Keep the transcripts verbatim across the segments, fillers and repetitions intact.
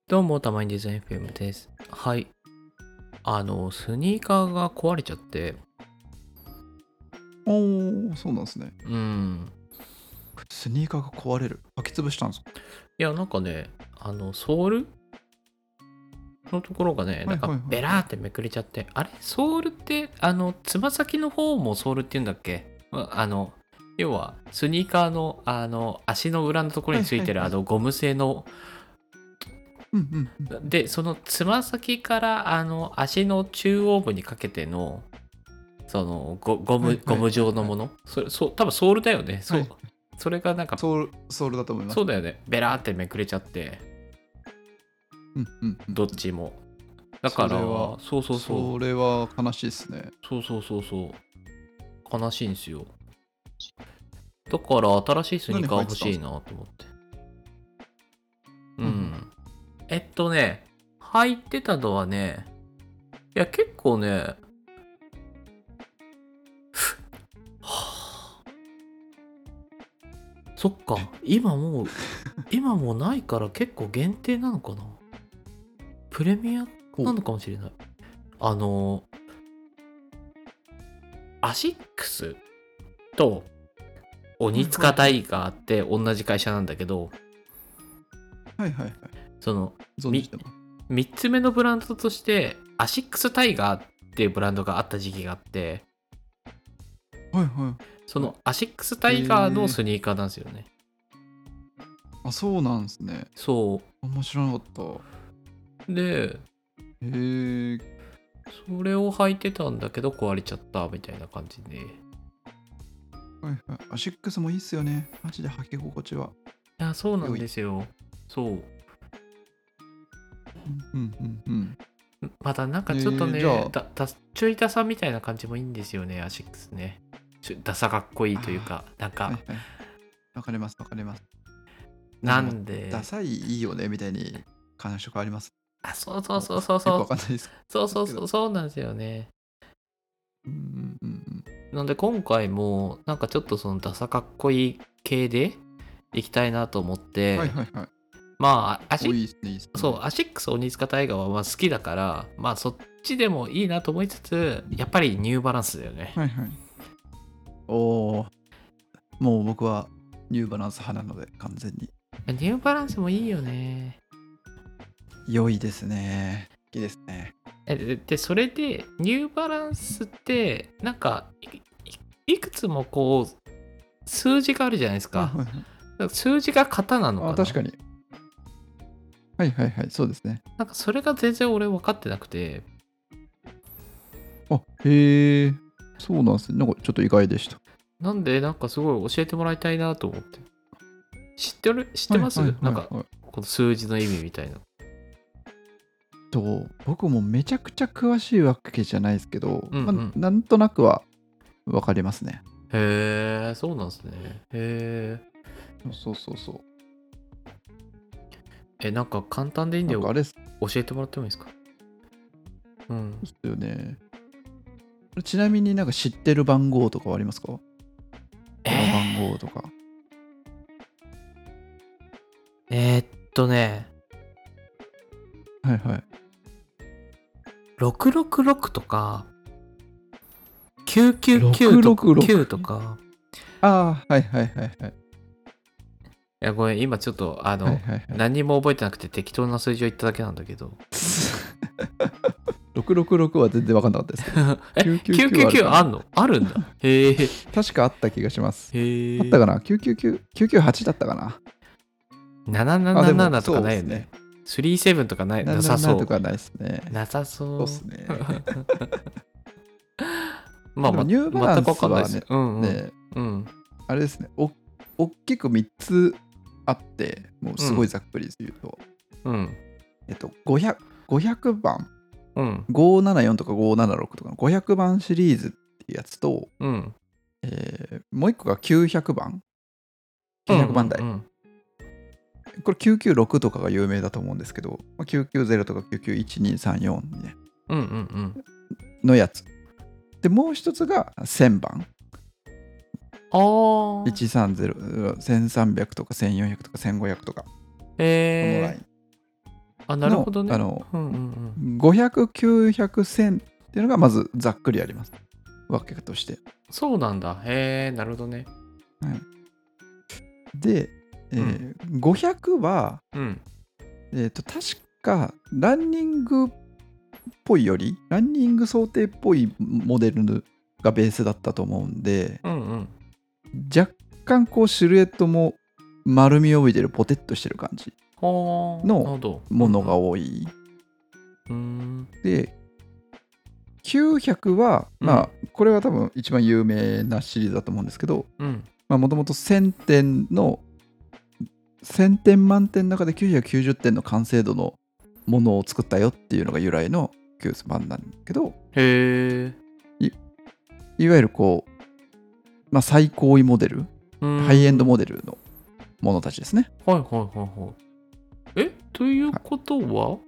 どうも、たまにデザイン エフエム です。はい。あの、スニーカーが壊れちゃって、 おー、そうなんですね。 うーん。 スニーカーが壊れる。履き潰したんですか？ いや、なんかね、あの、ソールのところがね、なんかはいはいはいはい。 ベラーってめくれちゃって、あれソールって、あの、つま先の方もソールって言うんだっけ？ああの、要は、スニーカーの、あの、足の裏のところはについてる、 いはいはい。 あの、ゴム製の、 うんうんうんうん。 で、そのつま先から、あの、足の中央部にかけての、そのゴゴム、 はいはいゴムはいはい。 状のもの、それ、そう、多分ソールだよね。そう。 はい。 それがなんか、 ソール、ソールだと思います。 そうだよね。ベラーってめくれちゃって、 うんうんうんどっうん。 ちも。だから、 それは、 そうそうそう。 それは悲しいですね。 そうそうそうそう。悲しいんですよ。だから、新しいスニー何カー履いてたんですか？ 欲しいなと思って。うはいはい。 ん。えっとね、履いてたのはね、いや、結構ね、はあ、そっか、今もう、今もうないから結構限定なのかな。プレミアほう。 なのかもしれない。あの、アシックスとはい鬼塚タはいはい。 イガーって同じ会社なんだけど、 はいはいはい。 そのみ存じてます。 みっつめのブランドとしてアシックスタイガーっていうブランドがあった時期があって、 はいはいはい。 そのアシックスタえイガーのー、 スニーカーなんですよね。 あ、そうなんですね。 そ面白なかった。 うで、 へえ。 それを履いてたんだけど壊れちゃったみたいな感じで、いはいはい。アシックスもいいっすよね。マジで履き心地はやそうなん良い。 ですよ。そううんうんうんまたなんうん。えかちょっとー、じゃね、 あ、 だだちょいダサみたいな感じもいいんですよね、アシックスね。ちょダサかっこいいというあか、なんあ、はか、 いはい。わかりますわかります。なんなかもう、 んで、 ダサいいいよねみたいに感触あります。 あ、そうそうもう、 そうそうよくわそう、 かんないですそうそうけど。 そうそうなんですよね。 うんうんうんうん。 なんで今回もなんかちょっとそのダサかっこいい系で行きたいなと思って、 はいはいはい。 まあアお、 シいいっすね、いいっすね。 そうアシックス鬼塚タイガーはまあ好きだから、まあそっちでもいいなと思いつつ、やっぱりニューバランスだよね。 はいはい。おー、もう僕はニューバランス派なので、完全に。 ニューバランスもいいよね。 良いですね。好きですね。 えででそれでニューバランスってなんかいいいくつもこう数字があるじゃないですか。 はいはいはい。 数字が型なのあ、 かな。 確かに。はいはいはい、そうですね。 なんかそれが全然俺分かってなくて、 あ、へえ、そうなんですね。なんかちょっと意外でした。 なんでなんかすごい教えてもらいたいなと思って。知ってる知ってまはいはいすなんかはいはい。 この数字の意味みたいな。 と、僕もめちゃくちゃ詳しいわけじゃないですけど、まあ、 うんうん。 なんとなくはわかりますね。 へえ、そうなんですね。へえ。 そうそうそう。 え、なんか簡単でいいんで教なんかあれっすえてもらってもいいですか？うん。 よね。ちなみになんか知ってる番号とかはありますか？ えこの番ー、 号とか。 えー、っとね、 はいはい。 ろくろくろくとか、きゅうきゅうきゅうとか、きゅうとろくろくろく。 か、 ああ、はいはいはいはい。 いや、ごめん、今ちょっと、あの、 はいはいはい。 何も覚えてなくて適当な数字を言っただけなんだけど。 ろくろくろくは全然わかんなかったですけど。 え、 きゅうきゅうきゅうあるきゅうきゅうきゅうかな。 あんのあるんだ。へえ。 確かあった気がします。 へえ。 あったかな？ きゅうきゅうきゅう、きゅうきゅうはちだったかな。あ、でもなななななとかないよね。 そうですね。 さんじゅうななとかないなさななななとそかないですね。 う。なさそうっそう。 すね。 まあ、ま、 でもニューバラン全くわかスはね、 んないですよ。うんうん。 ね、 うん。 あれですね、お大きくみっつあって、もうすごいざっくり言うと、 うん。 えっと、ごひゃく、ごひゃくばん、 うん。 ごひゃくななじゅうよんとかごひゃくななじゅうろくとかのごひゃくばんシリーズっていうやつと、 うん。 えーもう一個がきゅうひゃくばん、900 うんう番台。 んうん。 これきゅうきゅうろくとかが有名だと思うんですけど、まあきゅうきゅうゼロとかきゅうきゅういちにさんよん、ね、 うんうんうん。 のやつ。で、もう一つがせんばん。 ああ。 いちさんゼロ、せんさんびゃくとかせんよんひゃくとかせんごひゃくとか、このライえン。 あ、なるほどね。 あの、 うんうんうん。 ごひゃく、きゅうひゃく、せんっていうのがまずざっくりあります。分けとして。 そうなんだ。へえ、なるほどね。 はい、で、えうん。 ーごひゃくは、 うん。 えーと、確かランニングっぽいより、ランニング想定っぽいモデルがベースだったと思うんで、 うんうん。 若干こうシルエットも丸みを帯びてるポテッとしてる感じはあ、なるのほど。 ものが多い。 うんうん。うーん。 で、きゅうひゃくは、 うん。 まあ、これは多分一番有名なシリーズだと思うんですけど、 うん。 もともとせんてんの、せんてん満点の中できゅうひゃくきゅうじゅってんの完成度のものを作ったよっていうのが由来のきゅうじゅうばんなんだけど、 へえ。 いいわゆるこう、まあ、最高位モデル、 うーん。 ハイエンドモデルのものたちですね。 はいはいはいはい。え、ということは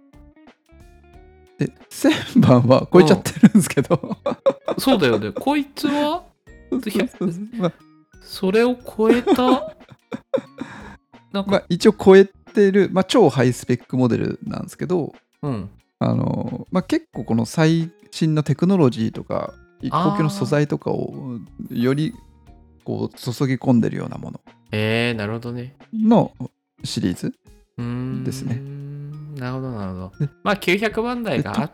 で、せんばんは超えちゃってるんですけど、 そうだよね。こいつはそうそうそうそう、まあ、 それを超えた、なんか、 まあ、一応超えてる、まあ、超ハイスペックモデルなんですけど、 うん。 あのまあ、結構この最新のテクノロジーとか高級の素ああ。 材とかをよりこう注ぎ込んでるようなものえー、なるほどね。 のシリーズうーですね。 ん。なるほどなるほど。 でまあきゅうひゃくばん台でとがあって、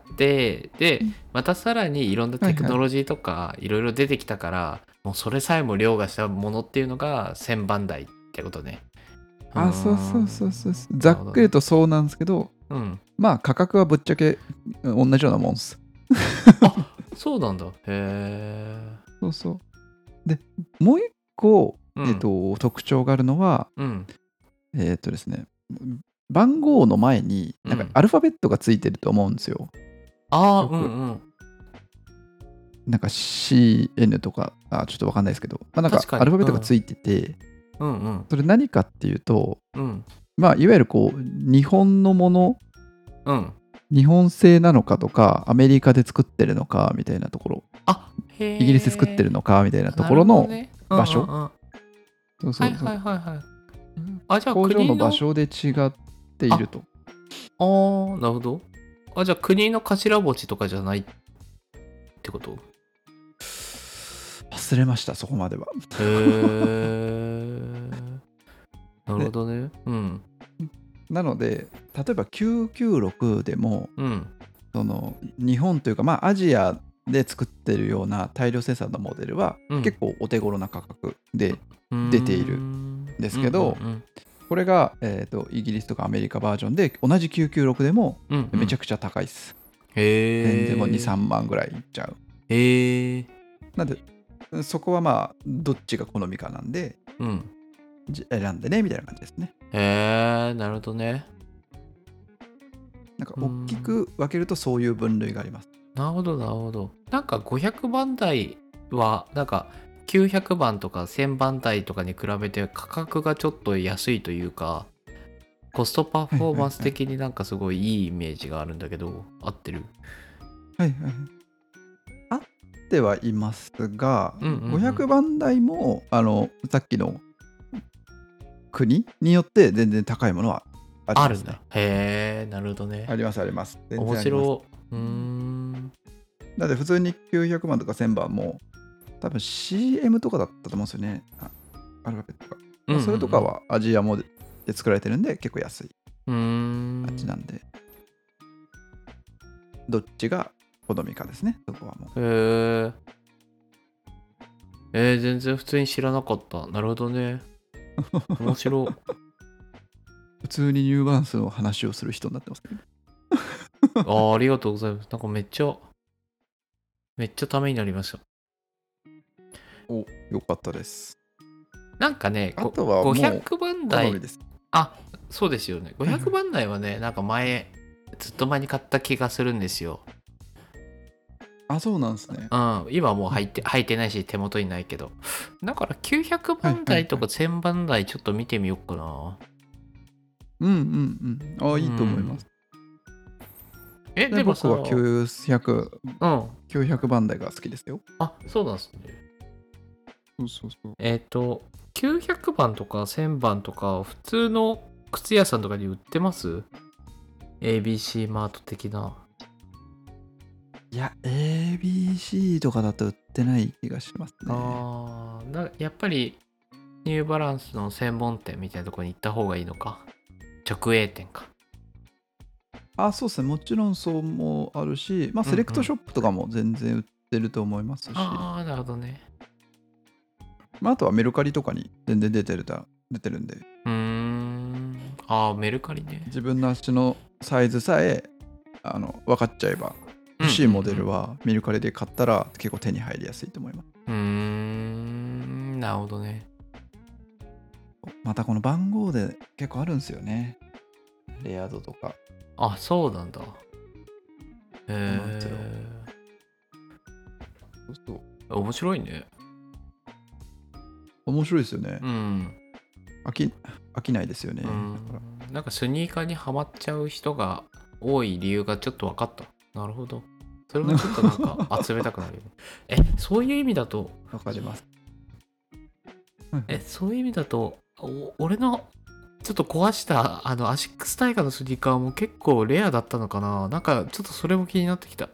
で、またさらにいろんなテクはいはい。 ノロジーとかいろいろ出てきたから、もうそれさえも凌駕したものっていうのがせんばん台ってことね。うーあ、そうそうそうそうそう。ざっくりん。なるほどね。 とそうなんですけど、 うん。 まあ価格はぶっちゃけ同じようなもんです。 あ、そうなんだ。へえ。 そうそう。で、もう一個、えっうん。 と、特徴があるのは、 うん。 えっとですね、番号の前になんかうん。 アルファベットがついてると思うんですよ。 ああ、うんよく。 うん。 なんか シーエヌ とか、あ、ちょっとわかんないですけど、まあ、なんか確かに。 アルファベッうん。 トがついてて、 うんうん。 それ何かっていうと、 うん。 まあ、いわゆるこう、日本のもの、 うん。 日本製なのかとか、アメリカで作ってるのかみたいなところ、 あ、 イギリスで作ってへえ。 るのかみたいなとなるころのほどね。うん場所、 うんうん。 そうそうそう、 はいはいはいはい。あ、じゃあ工場の場国の、 所で違っていあ、 ると。 あー、なるほど。あ、じゃあ国の頭文字とかじゃないってこと？ 忘れました、そこまでは。 へえ。なるほで、 どね。うん。 なので、例えばきゅうきゅうろくでも、 うん。 その日本というか、まあ、アジアで作ってるような大量生産のモデルはうん。 結構お手頃な価格でうー出ているん。 んですうんうんけど、 うん。 これが、えーと、イギリスとかアメリカバージョンで同じきゅうきゅうろくでもうんうん。 めちゃくちゃ高いです。全然もうに、 へえ。 さんまんぐらいいっちゃう。 へえ。 なんで、そこはまあ、どっちが好みかなんで、 うん。 じ選んでねみたいな感じですね。 へえ、なるほどね。 なんか大きうーん。 く分けるとそういう分類があります。 なるほどなるほど。なんかごひゃくばん台は、なんかきゅうひゃくばんとかせんばん台とかに比べて価格がちょっと安いというか、コストパはいフォーマンスはいはい。 的になんかすごいいいイメージがあるんだけど、合ってる？ はいはいはい。あってはいますが、 うんうんうん。 ごひゃくばん台も、あの、さっきの国によって全然高いものはありあるんだ。 ますね。 へえ、なるほどね。 ありますあります。全面然あります。 白い。うーん。 だって普通にきゅうひゃくばんとかせんばんも、多分 シーエム とかだったと思うんですよね。あアルファベットが。 うんうんうまあ、それとかん。 はアジアモデルで作られてるんで結構安いうー感じん。 なんで、どっちが好みかですね、そこはもう。 へえ。えー、全然普通に知らなかった。なるほどね。面白い。 普通にニューバランスの話をする人になってますね。 あー、ありがとうございます。なんかめっちゃ、めっちゃためになりました。 お、よかったです。 なんかね、ごあとは 500 もう番台、 好みです。 あ、そうですよね。500 はいはい。 番台はね、なんか前、ずっと前に買った気がするんですよ。 あ、そうなんですね。 うん、今はもううん入って、入ってないし、手元にないけど。だからきゅうひゃくはい番はいはい。 台とかせん番台ちょっと見てみようかな。 うんうんうん。あ、 ういいと思いまん。 す。 え、 で、 でもさ、 僕はきゅうひゃく、 うん。 きゅうひゃくばん台が好きですよ。 あ、そうなんですね。 そうそうそう。 えっ、と、きゅうひゃくばんとかせんばんとか、普通の靴屋さんとかに売ってます？ エービーシー マート的な。 いや エービーシー とかだと売ってない気がしますね。 ああ、だやっぱりニューバランスの専門店みたいなところに行った方がいいのか。直営店か。 あ、そうですね。もちろんそうもあるし、まあ、 うんうんセレクトショップとかも全然売ってると思いますし、 ああ、なるほどね。 まあ、あとはメルカリとかに全然出てるだ出てるんで、 うーん。ああ、メルカリね。 自分の足のサイズさえあの分かっちゃえば、欲しいモデルはメルカリで買ったら結構手に入りやすいと思います。 うーん、なるほどね。 またこの番号で結構あるんですよね。レア度とか。 あ、そうなんだ。へうなんですよえ。 そうそう。 面白いね。 面白いですよねう。ん。 飽き飽きないですよね。 うだからん。なんかスニーカーにはまっちゃう人が多い理由がちょっと分かった。なるほど。それはちょっとなんか集めたくなるよね。え、そういう意味だと、 わかります。 え、そういう意味だと、お俺のちょっと壊したあのアシックスタイガーのスニーカーも結構レアだったのかな。なんかちょっとそれも気になってきた。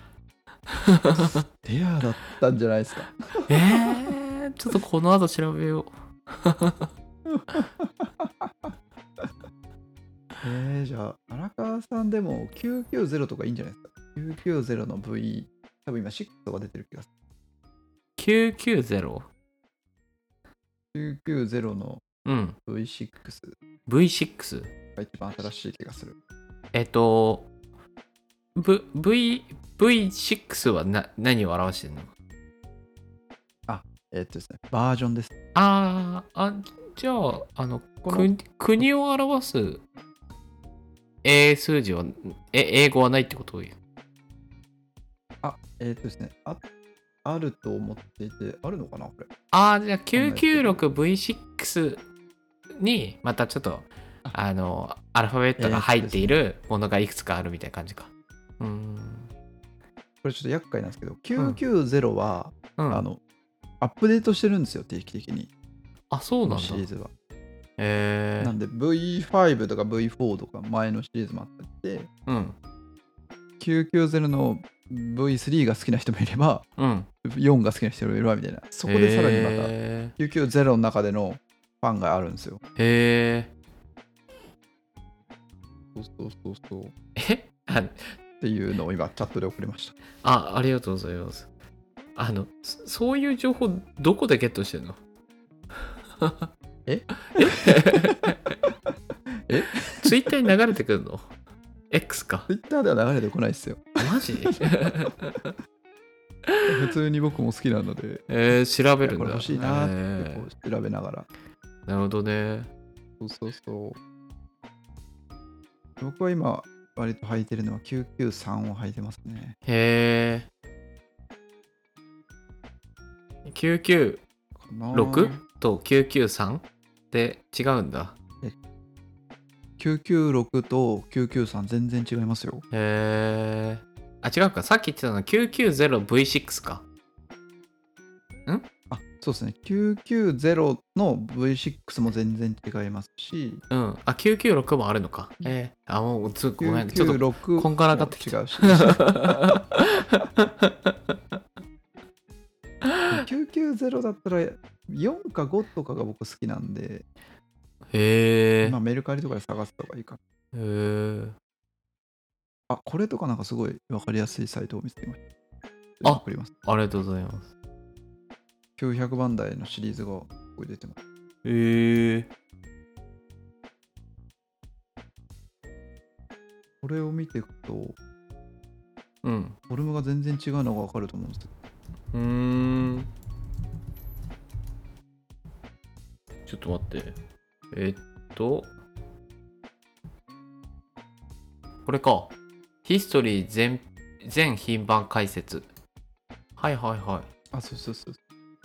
レアだったんじゃないですか。 えー、ちょっとこの後調べよう。 えー、じゃあ、荒川さんでもきゅうきゅうゼロとかいいんじゃないですか。きゅうきゅうゼロの V、多分今ろくとか出てる気がする。 きゅうきゅうゼロ? きゅうきゅうゼロのうん。 ブイシックスブイシックス? が一番新しい気がする。 えっと、v、V、ブイシックス はな何を表してるの？ えーっとですね、バージョンです。 あー、あ、じゃあ、あの、 この国国を表す英数字は、え、英語はないってこと？ あ、えーっとですね、あ、あると思っていて、あるのかなこれ。 あー、じゃあ きゅうきゅうろくブイシックス にまたちょっと、あの、アルファベットが入っているものがいくつかあるみたいな感じか。うーん。 これちょっと厄介なんですけど、きゅうきゅうゼロは、 うん。 あの、アップデートしてるんですよ、定期的に。 あ、そうこなんだ。 のシリーズは。 へえなんで ブイファイブ とか ブイフォー とか前のシリーズもあったりして、 ー。うん。 きゅうきゅうゼロの ブイスリー が好きな人もいれば、 うん。 よんが好きな人もいればみたいな。そこでさらにまたへきゅうきゅうゼロの中でのファンがあるんですよ。 ー。へそうそうそうそう。っー。えあていうのを今チャットで送りました。 あ、ありがとうございます。あの、そそういう情報どこでゲットしてるの？ えええツイッターに流れてくるの？ X か。 Twitter では流れてこないですよ。 マジ？ 普通に僕も好きなので、 えー、調べるんだ。 これ欲しいなってえこう調べながら。 ーなるほどね。 そうそうそう。僕は今、割と履いてるのはきゅうきゅうさんを履いてますね。 へえ。きゅうきゅかなうろくときゅうきゅうさんで違うんだ。 きゅうきゅうろくときゅうきゅうさん全然違いますよ。 へえ。あ、違うか。さっき言ってたのは きゅうきゅうゼロブイシックス か。 あ、そうですね。きゅうきゅうゼロの ブイシックス も全然違いますし、 うん。あ、きゅうきゅうろくもあるのか。えー、あ、もうつ、ごめん。ちょっときゅうきゅうろくこんがらがってきた。 も違うし。きゅうきゅうゼロだったらよんかごとかが僕好きなんで、 へえ。 まあメルカリとかで探すとかいいかな。 へえ。 あ、これとかなんかすごい分かりやすいサイトを見つけました。 あ送ります。 ありがとうございます。 きゅうひゃくばん台のシリーズがここに出てます。 へえ。 これを見ていくと、 うん。 フォルムが全然違うのが分かると思うんですよ。 うーん。ちょっと待って。えっと。これか。ヒストリー全、全品番解説。はいはいはい。 あ、そうそうそう。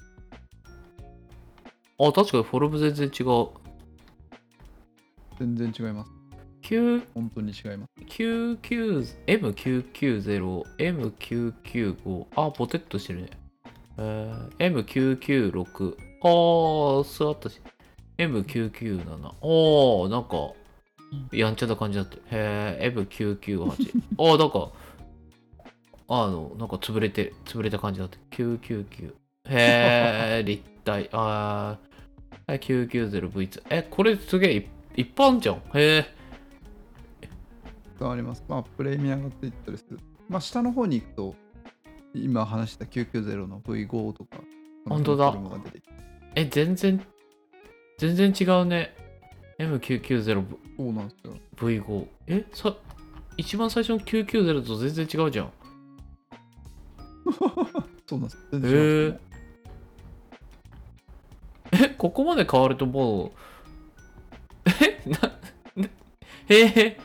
あ、確かにフォルム全然違う。 全然違います。 きゅう本当に違います。 きゅうきゅう エムきゅうきゅうゼロ、エムきゅうきゅうご、あ、ポテッとしてるね。えー、エムきゅうきゅうろく、あー、座ったし。エムきゅうきゅうなな、あー、なんか、 やんちゃな感じだって。へえ、エブきゅうきゅうはち。ああ、なんか、あの、なんか潰れて、潰れた感じだって。きゅうきゅうきゅう。へえ、立体。ああ、きゅうきゅうゼロブイツー。え、これすげえい一般じゃん。へえ。 あります。まあ、プレミアがついてたりする。まあ、下の方に行くと、今話したきゅうきゅうゼロの ブイフォー とか、そのほんとだ辺のフォルムが出てきて。 え、全然、全然違うね。エムきゅうきゅうゼロそうなんですよ。 ブイフォー。え、さ、一番最初のきゅうきゅうゼロと全然違うじゃん。 そうなんです。全然違うんですへえ。え、ここまで変わるともう、え、な、なへえ。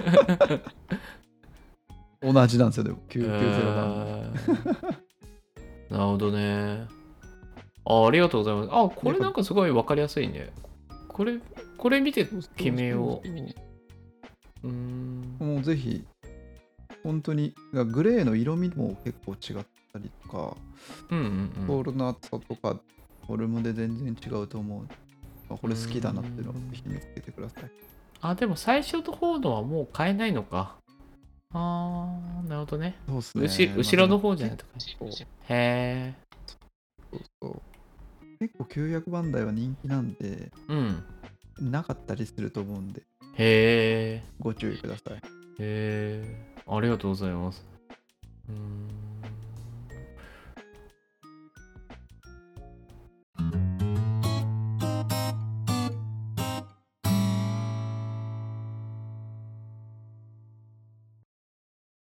もう同じなんですよ、でも。きゅうきゅうゼロ番で。 えーなるほどね。あ、ありがとうございます。あ、これなんかすごいわかりやすいね。これ、これ見て決めよう。うーん。 もうぜひ、本当に、グレーの色味も結構違ったりとか、 うんうんうん。 ボールの厚さとか、フォルムで全然違うと思う。あこれ好きだなっていうのをぜひ見つけてください。 あ、でも最初の方のはもう買えないのか。あー、なるほどね。 そうですね。 後後ろの方じゃないとか。 結構へえ。 そうそう結構きゅうひゃくばん台は人気なんで、 うん。 なかったりすると思うんで、 へえ。 ご注意ください。 へえ。ありがとうございます。うーん。